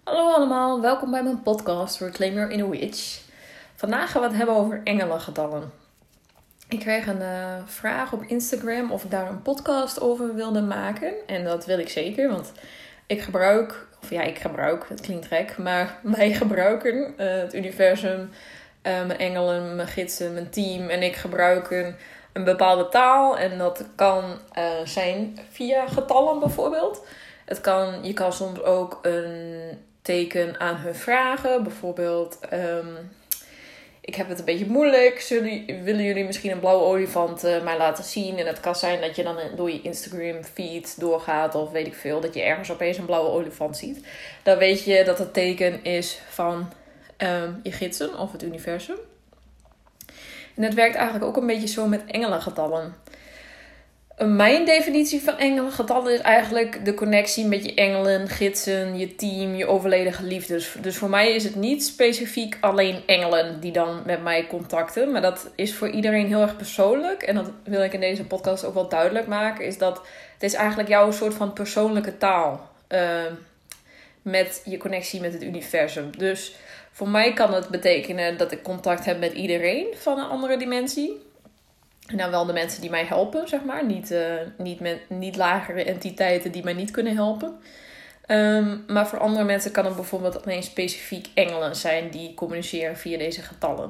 Hallo allemaal, welkom bij mijn podcast Reclaim Your Inner Witch. Vandaag gaan we het hebben over engelengetallen. Ik kreeg een vraag op Instagram of ik daar een podcast over wilde maken. En dat wil ik zeker, want ik gebruik, het klinkt gek, maar wij gebruiken het universum, mijn engelen, mijn gidsen, mijn team en ik gebruiken een bepaalde taal. En dat kan zijn via getallen bijvoorbeeld. Je kan soms ook een teken aan hun vragen. Bijvoorbeeld, ik heb het een beetje moeilijk. Willen jullie misschien een blauwe olifant mij laten zien? En het kan zijn dat je dan door je Instagram feed doorgaat. Of weet ik veel, dat je ergens opeens een blauwe olifant ziet. Dan weet je dat het teken is van je gidsen of het universum. En het werkt eigenlijk ook een beetje zo met engelengetallen. Mijn definitie van engelengetallen is eigenlijk de connectie met je engelen, gidsen, je team, je overleden geliefdes. Dus voor mij is het niet specifiek alleen engelen die dan met mij contacten. Maar dat is voor iedereen heel erg persoonlijk. En dat wil ik in deze podcast ook wel duidelijk maken. Is dat het is eigenlijk jouw soort van persoonlijke taal. Met je connectie met het universum. Dus voor mij kan het betekenen dat ik contact heb met iedereen van een andere dimensie. En dan wel de mensen die mij helpen, zeg maar. Niet lagere entiteiten die mij niet kunnen helpen. Maar voor andere mensen kan het bijvoorbeeld alleen specifiek engelen zijn die communiceren via deze getallen.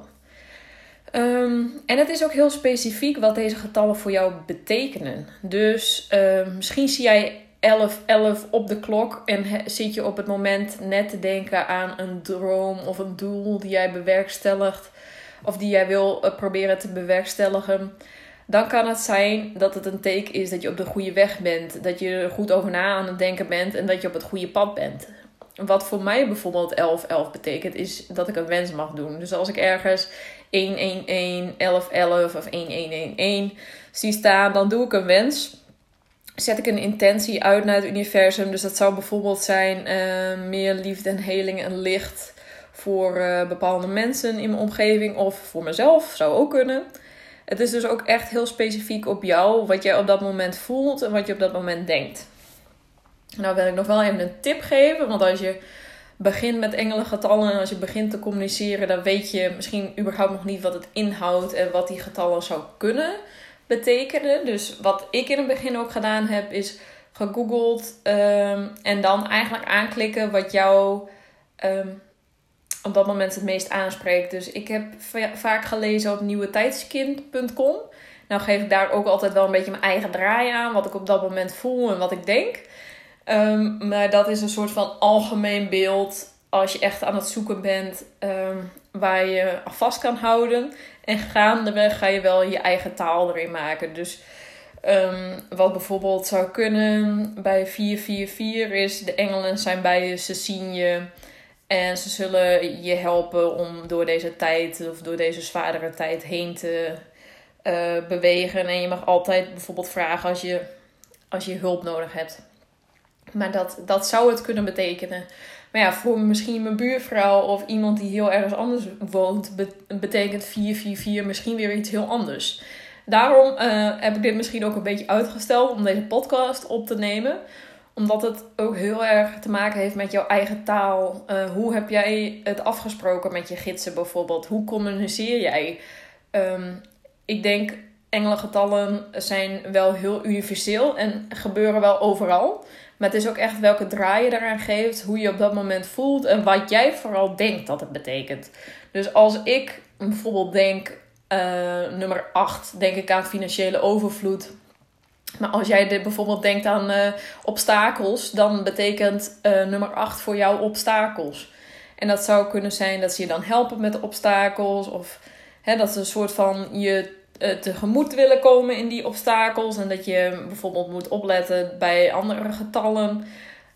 En het is ook heel specifiek wat deze getallen voor jou betekenen. Dus misschien zie jij 11:11 op de klok en zit je op het moment net te denken aan een droom of een doel die jij bewerkstelligt. Of die jij wil proberen te bewerkstelligen. Dan kan het zijn dat het een teken is dat je op de goede weg bent. Dat je er goed over na aan het denken bent. En dat je op het goede pad bent. Wat voor mij bijvoorbeeld 11:11 betekent, is dat ik een wens mag doen. Dus als ik ergens 111, 1111 of 1111 zie staan, dan doe ik een wens. Zet ik een intentie uit naar het universum. Dus dat zou bijvoorbeeld zijn meer liefde en heling en licht voor bepaalde mensen in mijn omgeving of voor mezelf. Zou ook kunnen. Het is dus ook echt heel specifiek op jou, wat jij op dat moment voelt en wat je op dat moment denkt. Nou wil ik nog wel even een tip geven, want als je begint met engelengetallen en als je begint te communiceren, dan weet je misschien überhaupt nog niet wat het inhoudt en wat die getallen zou kunnen betekenen. Dus wat ik in het begin ook gedaan heb, is gegoogeld en dan eigenlijk aanklikken wat jou op dat moment het meest aanspreekt. Dus ik heb vaak gelezen op nieuwetijdskind.com. Nou geef ik daar ook altijd wel een beetje mijn eigen draai aan. Wat ik op dat moment voel en wat ik denk. Maar dat is een soort van algemeen beeld. Als je echt aan het zoeken bent waar je vast kan houden. En gaandeweg ga je wel je eigen taal erin maken. Dus wat bijvoorbeeld zou kunnen bij 444 is: de engelen zijn bij je, ze zien je. En ze zullen je helpen om door deze tijd of door deze zwaardere tijd heen te bewegen. En je mag altijd bijvoorbeeld vragen als je hulp nodig hebt. Maar dat zou het kunnen betekenen. Maar ja, voor misschien mijn buurvrouw of iemand die heel ergens anders woont, betekent 444 misschien weer iets heel anders. Daarom heb ik dit misschien ook een beetje uitgesteld om deze podcast op te nemen. Omdat het ook heel erg te maken heeft met jouw eigen taal. Hoe heb jij het afgesproken met je gidsen bijvoorbeeld? Hoe communiceer jij? Ik denk engelengetallen zijn wel heel universeel en gebeuren wel overal. Maar het is ook echt welke draai je eraan geeft, hoe je op dat moment voelt en wat jij vooral denkt dat het betekent. Dus als ik bijvoorbeeld denk, nummer 8, denk ik aan financiële overvloed. Maar als jij dit bijvoorbeeld denkt aan obstakels, dan betekent nummer 8 voor jou obstakels. En dat zou kunnen zijn dat ze je dan helpen met de obstakels. Of dat ze een soort van je tegemoet willen komen in die obstakels. En dat je bijvoorbeeld moet opletten bij andere getallen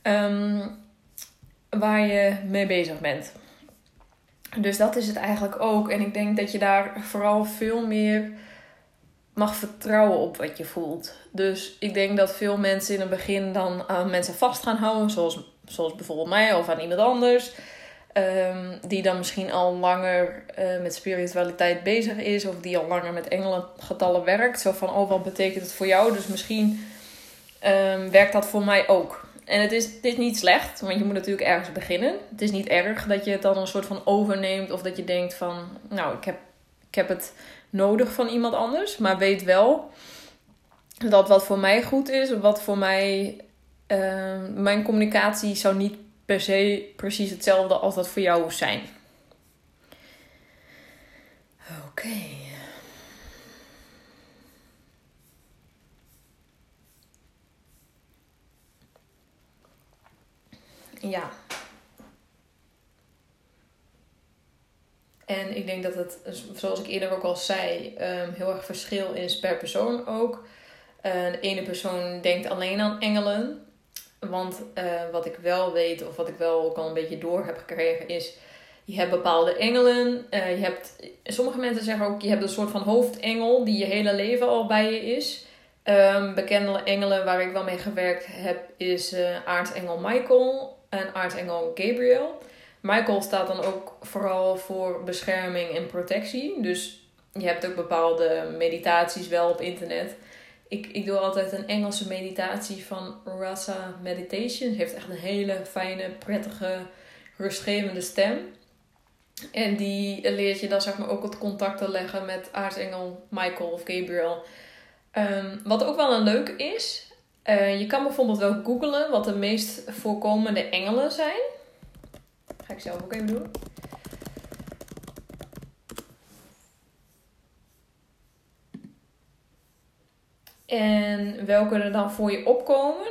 waar je mee bezig bent. Dus dat is het eigenlijk ook. En ik denk dat je daar vooral veel meer mag vertrouwen op wat je voelt. Dus ik denk dat veel mensen in het begin dan aan mensen vast gaan houden. Zoals bijvoorbeeld mij of aan iemand anders. Die dan misschien al langer met spiritualiteit bezig is. Of die al langer met engelengetallen werkt. Zo van, wat betekent het voor jou? Dus misschien werkt dat voor mij ook. En het is niet slecht, want je moet natuurlijk ergens beginnen. Het is niet erg dat je het dan een soort van overneemt. Of dat je denkt van, nou, ik heb het nodig van iemand anders. Maar weet wel dat wat voor mij goed is, wat voor mij... mijn communicatie zou niet per se precies hetzelfde als dat voor jou zijn. Oké. Ja. En ik denk dat het, zoals ik eerder ook al zei, heel erg verschil is per persoon ook. De ene persoon denkt alleen aan engelen. Want wat ik wel weet, of wat ik wel ook al een beetje door heb gekregen, is... Je hebt bepaalde engelen. Sommige mensen zeggen ook, je hebt een soort van hoofdengel die je hele leven al bij je is. Bekende engelen waar ik wel mee gewerkt heb, is aartsengel Michael en aartsengel Gabriel. Michael staat dan ook vooral voor bescherming en protectie. Dus je hebt ook bepaalde meditaties wel op internet. Ik doe altijd een Engelse meditatie van Rasa Meditation. Heeft echt een hele fijne, prettige, rustgevende stem. En die leert je dan zeg maar ook het contact te leggen met aartsengel Michael of Gabriel. Wat ook wel een leuke is. Je kan bijvoorbeeld wel googlen wat de meest voorkomende engelen zijn. Dat ga ik zelf ook even doen. En welke er dan voor je opkomen.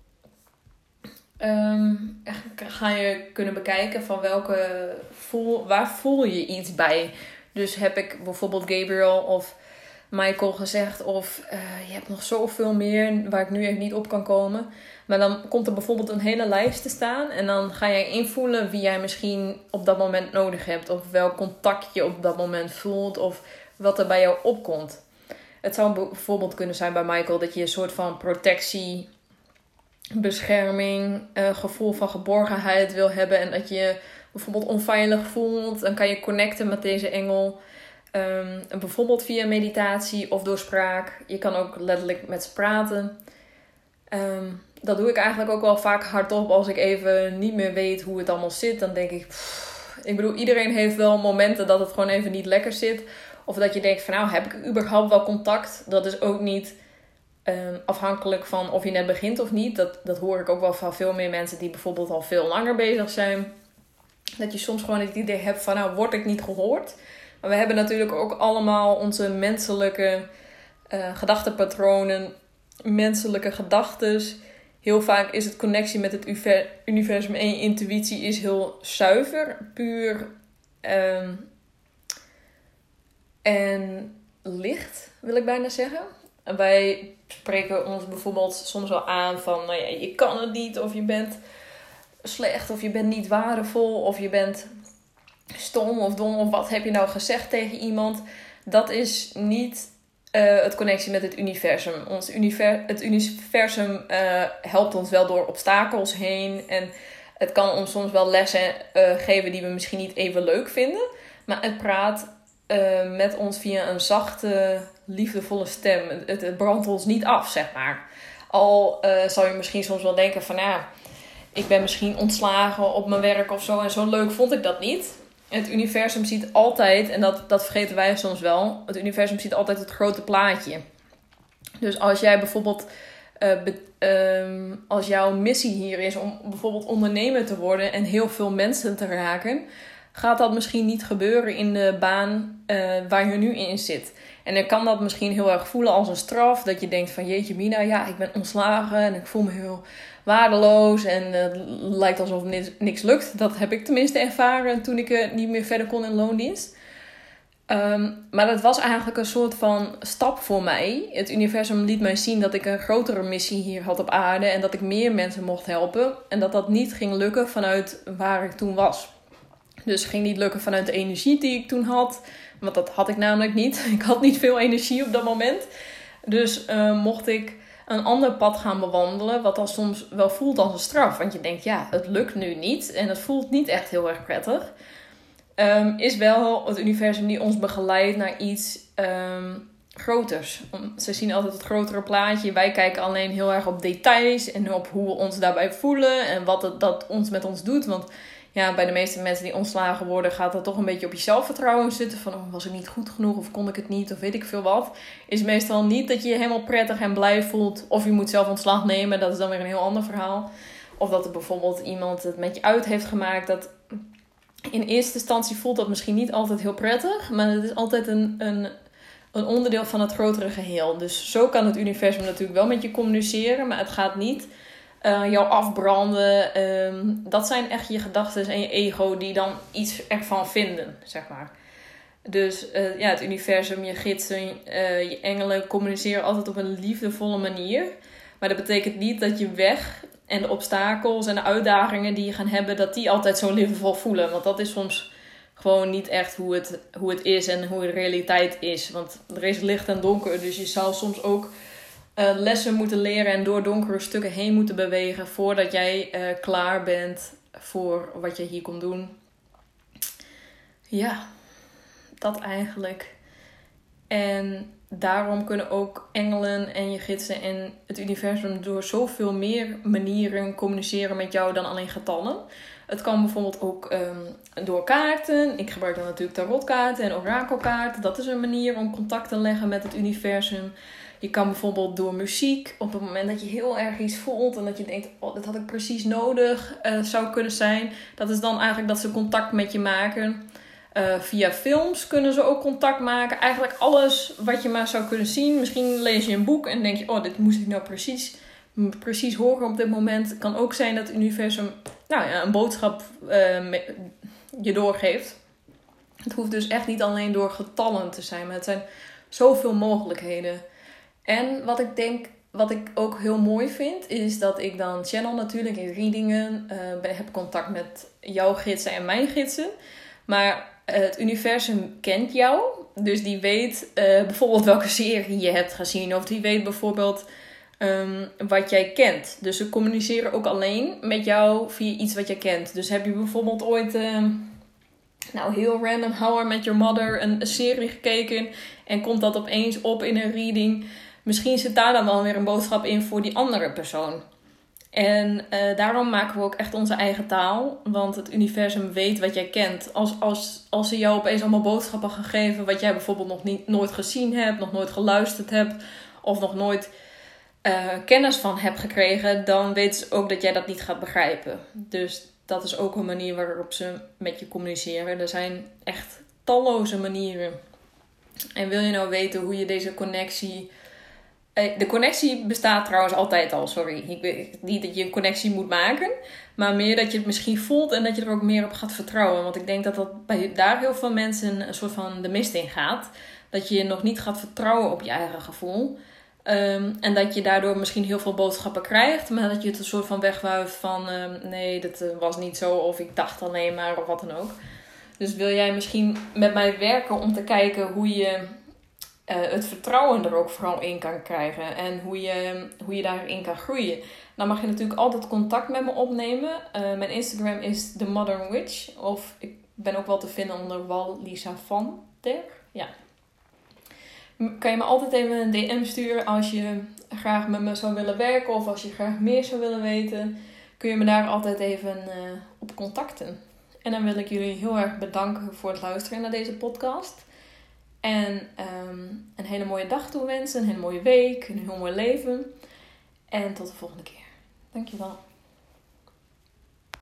Ga je kunnen bekijken van waar voel je iets bij. Dus heb ik bijvoorbeeld Gabriel of Michael gezegd. Of je hebt nog zoveel meer waar ik nu even niet op kan komen. Maar dan komt er bijvoorbeeld een hele lijst te staan. En dan ga jij invoelen wie jij misschien op dat moment nodig hebt. Of welk contact je op dat moment voelt. Of wat er bij jou opkomt. Het zou bijvoorbeeld kunnen zijn bij Michael dat je een soort van protectie, bescherming, gevoel van geborgenheid wil hebben. En dat je bijvoorbeeld onveilig voelt. Dan kan je connecten met deze engel. Bijvoorbeeld via meditatie of door spraak. Je kan ook letterlijk met ze praten. Dat doe ik eigenlijk ook wel vaak hardop als ik even niet meer weet hoe het allemaal zit. Dan denk ik, ik bedoel, iedereen heeft wel momenten dat het gewoon even niet lekker zit. Of dat je denkt van, nou, heb ik überhaupt wel contact? Dat is ook niet afhankelijk van of je net begint of niet. Dat hoor ik ook wel van veel meer mensen die bijvoorbeeld al veel langer bezig zijn. Dat je soms gewoon het idee hebt van, nou, word ik niet gehoord? Maar we hebben natuurlijk ook allemaal onze menselijke gedachtenpatronen, menselijke gedachtes. Heel vaak is het connectie met het universum en je intuïtie is heel zuiver, puur en licht, wil ik bijna zeggen. En wij spreken ons bijvoorbeeld soms wel aan van, nou ja, je kan het niet, of je bent slecht, of je bent niet waardevol, of je bent stom of dom, of wat heb je nou gezegd tegen iemand. Dat is niet het connectie met het universum. Het universum helpt ons wel door obstakels heen. En het kan ons soms wel lessen geven die we misschien niet even leuk vinden. Maar het praat met ons via een zachte, liefdevolle stem. Het brandt ons niet af, zeg maar. Al zou je misschien soms wel denken van, ja, ik ben misschien ontslagen op mijn werk of zo. En zo leuk vond ik dat niet. Het universum ziet altijd, en dat vergeten wij soms wel, het universum ziet altijd het grote plaatje. Dus als jij bijvoorbeeld, als jouw missie hier is om bijvoorbeeld ondernemer te worden en heel veel mensen te raken, gaat dat misschien niet gebeuren in de baan waar je nu in zit. En dan kan dat misschien heel erg voelen als een straf, dat je denkt van, jeetje mina, ja, ik ben ontslagen en ik voel me heel waardeloos en het lijkt alsof niks lukt. Dat heb ik tenminste ervaren toen ik niet meer verder kon in loondienst. Maar dat was eigenlijk een soort van stap voor mij. Het universum liet mij zien dat ik een grotere missie hier had op aarde en dat ik meer mensen mocht helpen. En dat niet ging lukken vanuit waar ik toen was. Dus het ging niet lukken vanuit de energie die ik toen had. Want dat had ik namelijk niet. Ik had niet veel energie op dat moment. Dus mocht ik een ander pad gaan bewandelen, wat dan soms wel voelt als een straf. Want je denkt, ja, het lukt nu niet. En het voelt niet echt heel erg prettig. Is wel het universum die ons begeleidt naar iets groters. Ze zien altijd het grotere plaatje. Wij kijken alleen heel erg op details en op hoe we ons daarbij voelen en wat dat ons met ons doet. Want ja, bij de meeste mensen die ontslagen worden, gaat dat toch een beetje op je zelfvertrouwen zitten. Van, was ik niet goed genoeg of kon ik het niet of weet ik veel wat. Is meestal niet dat je je helemaal prettig en blij voelt. Of je moet zelf ontslag nemen, dat is dan weer een heel ander verhaal. Of dat er bijvoorbeeld iemand het met je uit heeft gemaakt. Dat in eerste instantie voelt dat misschien niet altijd heel prettig. Maar het is altijd een onderdeel van het grotere geheel. Dus zo kan het universum natuurlijk wel met je communiceren. Maar het gaat niet jou afbranden. Dat zijn echt je gedachten en je ego die dan iets ervan vinden, zeg maar. Dus het universum, je gidsen, je engelen communiceren altijd op een liefdevolle manier. Maar dat betekent niet dat je weg en de obstakels en de uitdagingen die je gaan hebben, dat die altijd zo liefdevol voelen. Want dat is soms gewoon niet echt hoe het is en hoe de realiteit is. Want er is licht en donker, dus je zou soms ook lessen moeten leren en door donkere stukken heen moeten bewegen voordat jij klaar bent voor wat je hier komt doen. Ja, dat eigenlijk. En daarom kunnen ook engelen en je gidsen en het universum door zoveel meer manieren communiceren met jou dan alleen getallen. Het kan bijvoorbeeld ook door kaarten. Ik gebruik dan natuurlijk tarotkaarten en orakelkaarten. Dat is een manier om contact te leggen met het universum. Je kan bijvoorbeeld door muziek, op het moment dat je heel erg iets voelt en dat je denkt, dat had ik precies nodig, zou kunnen zijn. Dat is dan eigenlijk dat ze contact met je maken. Via films kunnen ze ook contact maken. Eigenlijk alles wat je maar zou kunnen zien. Misschien lees je een boek en denk je, dit moest ik nou precies horen op dit moment. Het kan ook zijn dat het universum een boodschap je doorgeeft. Het hoeft dus echt niet alleen door getallen te zijn, maar het zijn zoveel mogelijkheden. En wat ik ook heel mooi vind, is dat ik dan channel natuurlijk in readingen. Heb contact met jouw gidsen en mijn gidsen. Maar het universum kent jou. Dus die weet bijvoorbeeld welke serie je hebt gezien. Of die weet bijvoorbeeld wat jij kent. Dus ze communiceren ook alleen met jou via iets wat jij kent. Dus heb je bijvoorbeeld ooit heel random How I Met Your Mother een serie gekeken. En komt dat opeens op in een reading. Misschien zit daar dan wel weer een boodschap in voor die andere persoon. En daarom maken we ook echt onze eigen taal. Want het universum weet wat jij kent. Als ze jou opeens allemaal boodschappen gaan geven, wat jij bijvoorbeeld nooit gezien hebt, nog nooit geluisterd hebt, of nog nooit kennis van hebt gekregen, dan weten ze ook dat jij dat niet gaat begrijpen. Dus dat is ook een manier waarop ze met je communiceren. Er zijn echt talloze manieren. En wil je nou weten hoe je deze connectie... De connectie bestaat trouwens altijd al, sorry. Ik weet niet dat je een connectie moet maken. Maar meer dat je het misschien voelt en dat je er ook meer op gaat vertrouwen. Want ik denk dat bij daar heel veel mensen een soort van de mist in gaat. Dat je nog niet gaat vertrouwen op je eigen gevoel. En dat je daardoor misschien heel veel boodschappen krijgt. Maar dat je het een soort van wegwuift van... nee, dat was niet zo. Of ik dacht alleen maar of wat dan ook. Dus wil jij misschien met mij werken om te kijken hoe je... het vertrouwen er ook vooral in kan krijgen. En hoe je daarin kan groeien. Dan mag je natuurlijk altijd contact met me opnemen. Mijn Instagram is The Modern Witch. Of ik ben ook wel te vinden onder Wal-Lisa van der. Ja. Kan je me altijd even een DM sturen als je graag met me zou willen werken. Of als je graag meer zou willen weten. Kun je me daar altijd even op contacten. En dan wil ik jullie heel erg bedanken voor het luisteren naar deze podcast. En een hele mooie dag toewensen, een hele mooie week, een heel mooi leven. En tot de volgende keer. Dankjewel.